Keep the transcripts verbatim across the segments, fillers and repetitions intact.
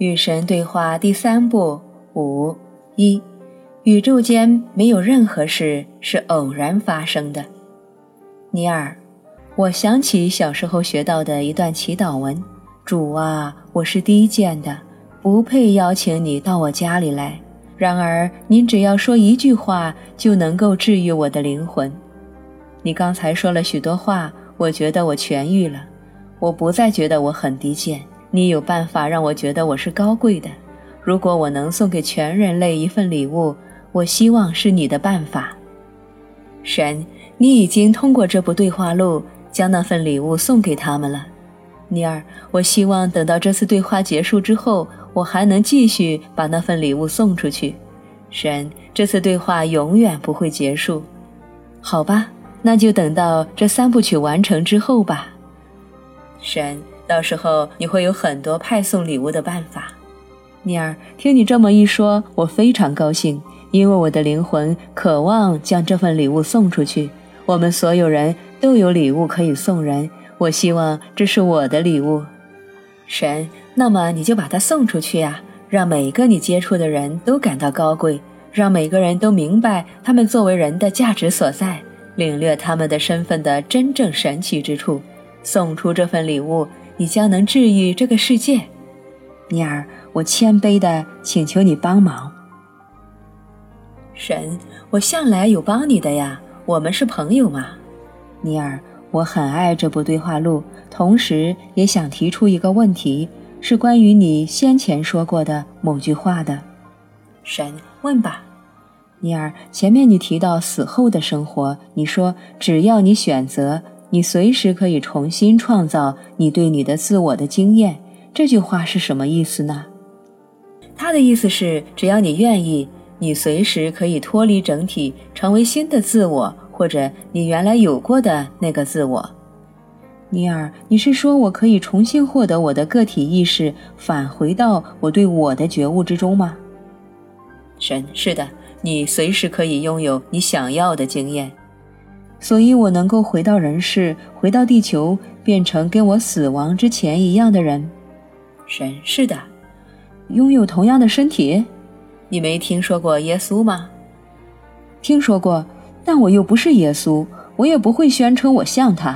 与神对话第三部五一，宇宙间没有任何事是偶然发生的。尼尔，我想起小时候学到的一段祈祷文：主啊，我是低贱的，不配邀请你到我家里来，然而您只要说一句话就能够治愈我的灵魂。你刚才说了许多话，我觉得我痊愈了，我不再觉得我很低贱，你有办法让我觉得我是高贵的。如果我能送给全人类一份礼物，我希望是你的办法。神，你已经通过这部对话录将那份礼物送给他们了。尼尔，我希望等到这次对话结束之后，我还能继续把那份礼物送出去。神，这次对话永远不会结束。好吧，那就等到这三部曲完成之后吧。神，到时候你会有很多派送礼物的办法。尼尔，听你这么一说，我非常高兴，因为我的灵魂渴望将这份礼物送出去。我们所有人都有礼物可以送人，我希望这是我的礼物。神，那么你就把它送出去呀，让每个你接触的人都感到高贵，让每个人都明白他们作为人的价值所在，领略他们的身份的真正神奇之处。送出这份礼物，你将能治愈这个世界。尼尔，我谦卑地请求你帮忙。神，我向来有帮你的呀，我们是朋友嘛。尼尔，我很爱这部对话录，同时也想提出一个问题，是关于你先前说过的某句话的。神，问吧。尼尔，前面你提到死后的生活，你说只要你选择，你随时可以重新创造你对你的自我的经验，这句话是什么意思呢？他的意思是，只要你愿意，你随时可以脱离整体，成为新的自我，或者你原来有过的那个自我。尼尔，你是说我可以重新获得我的个体意识，返回到我对我的觉悟之中吗？神，是的，你随时可以拥有你想要的经验。所以我能够回到人世，回到地球，变成跟我死亡之前一样的人。神，是的。拥有同样的身体？你没听说过耶稣吗？听说过，但我又不是耶稣，我也不会宣称我像他。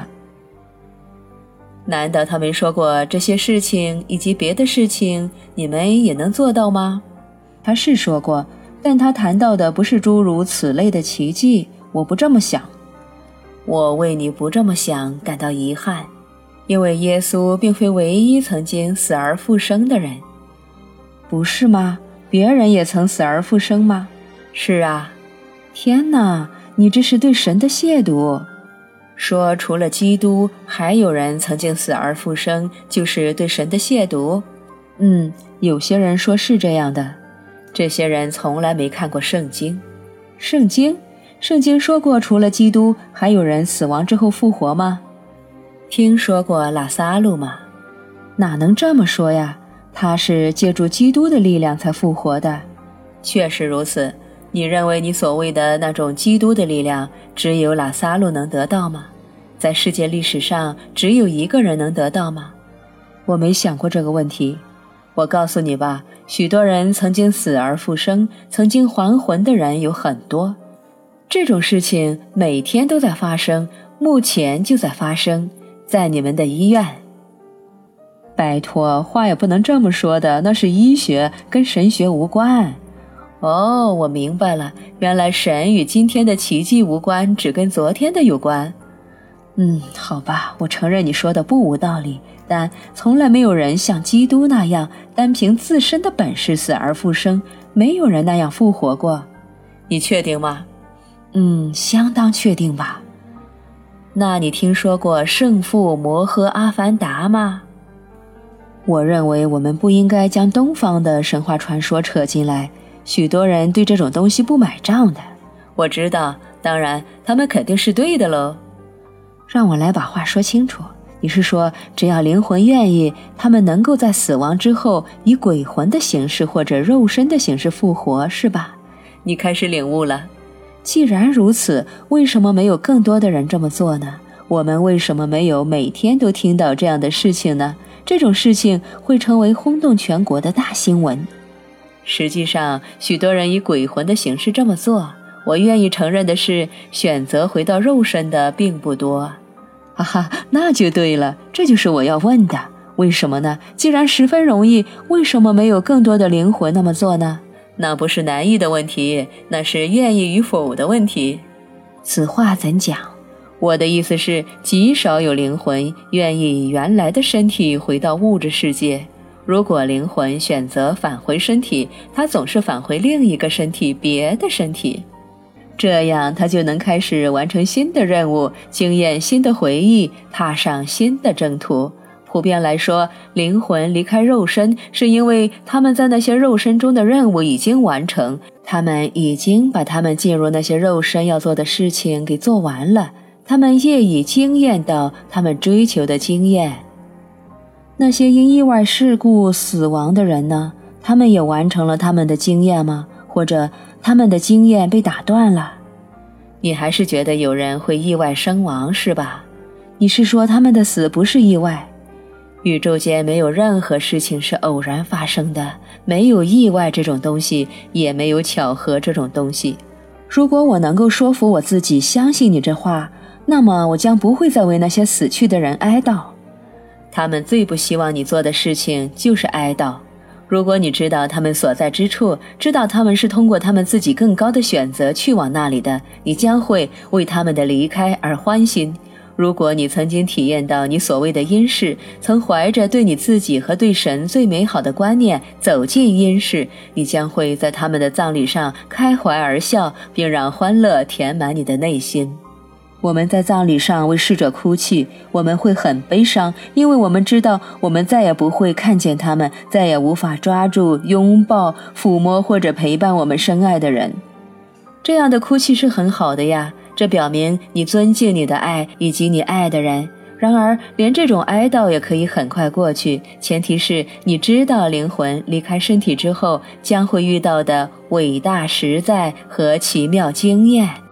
难道他没说过这些事情以及别的事情，你们也能做到吗？他是说过，但他谈到的不是诸如此类的奇迹，我不这么想。我为你不这么想感到遗憾，因为耶稣并非唯一曾经死而复生的人。不是吗？别人也曾死而复生吗？是啊。天哪，你这是对神的亵渎。说除了基督还有人曾经死而复生，就是对神的亵渎？嗯，有些人说是这样的。这些人从来没看过圣经。圣经？圣经说过除了基督还有人死亡之后复活吗？听说过拉撒路吗？哪能这么说呀？他是借助基督的力量才复活的。确实如此。你认为你所谓的那种基督的力量只有拉撒路能得到吗？在世界历史上只有一个人能得到吗？我没想过这个问题。我告诉你吧，许多人曾经死而复生，曾经还魂的人有很多。这种事情每天都在发生，目前就在发生，在你们的医院。拜托，话也不能这么说的，那是医学，跟神学无关。哦，我明白了，原来神与今天的奇迹无关，只跟昨天的有关。嗯，好吧，我承认你说的不无道理，但从来没有人像基督那样单凭自身的本事死而复生，没有人那样复活过。你确定吗？嗯，相当确定吧。那你听说过圣父摩诃阿凡达吗？我认为我们不应该将东方的神话传说扯进来，许多人对这种东西不买账的。我知道，当然他们肯定是对的喽。让我来把话说清楚，你是说只要灵魂愿意，他们能够在死亡之后以鬼魂的形式或者肉身的形式复活，是吧？你开始领悟了。既然如此，为什么没有更多的人这么做呢？我们为什么没有每天都听到这样的事情呢？ 这种事情会成为轰动全国的大新闻。实际上，许多人以鬼魂的形式这么做，我愿意承认的是，选择回到肉身的并不多。哈哈，那就对了，这就是我要问的。为什么呢？既然十分容易，为什么没有更多的灵魂那么做呢？那不是难易的问题，那是愿意与否的问题。此话怎讲？我的意思是，极少有灵魂愿意以原来的身体回到物质世界。如果灵魂选择返回身体，它总是返回另一个身体，别的身体。这样他就能开始完成新的任务，经验新的回忆，踏上新的征途。普遍来说，灵魂离开肉身，是因为他们在那些肉身中的任务已经完成，他们已经把他们进入那些肉身要做的事情给做完了，他们业已经验到他们追求的经验。那些因意外事故死亡的人呢？他们也完成了他们的经验吗？或者他们的经验被打断了？你还是觉得有人会意外身亡是吧？你是说他们的死不是意外？宇宙间没有任何事情是偶然发生的，没有意外这种东西，也没有巧合这种东西。如果我能够说服我自己相信你这话，那么我将不会再为那些死去的人哀悼。他们最不希望你做的事情就是哀悼。如果你知道他们所在之处，知道他们是通过他们自己更高的选择去往那里的，你将会为他们的离开而欢心。如果你曾经体验到你所谓的阴世，曾怀着对你自己和对神最美好的观念走进阴世，你将会在他们的葬礼上开怀而笑，并让欢乐填满你的内心。我们在葬礼上为逝者哭泣，我们会很悲伤，因为我们知道我们再也不会看见他们，再也无法抓住、拥抱、抚摸或者陪伴我们深爱的人。这样的哭泣是很好的呀，这表明你尊敬你的爱以及你爱的人。然而，连这种哀悼也可以很快过去，前提是你知道灵魂离开身体之后将会遇到的伟大实在和奇妙经验。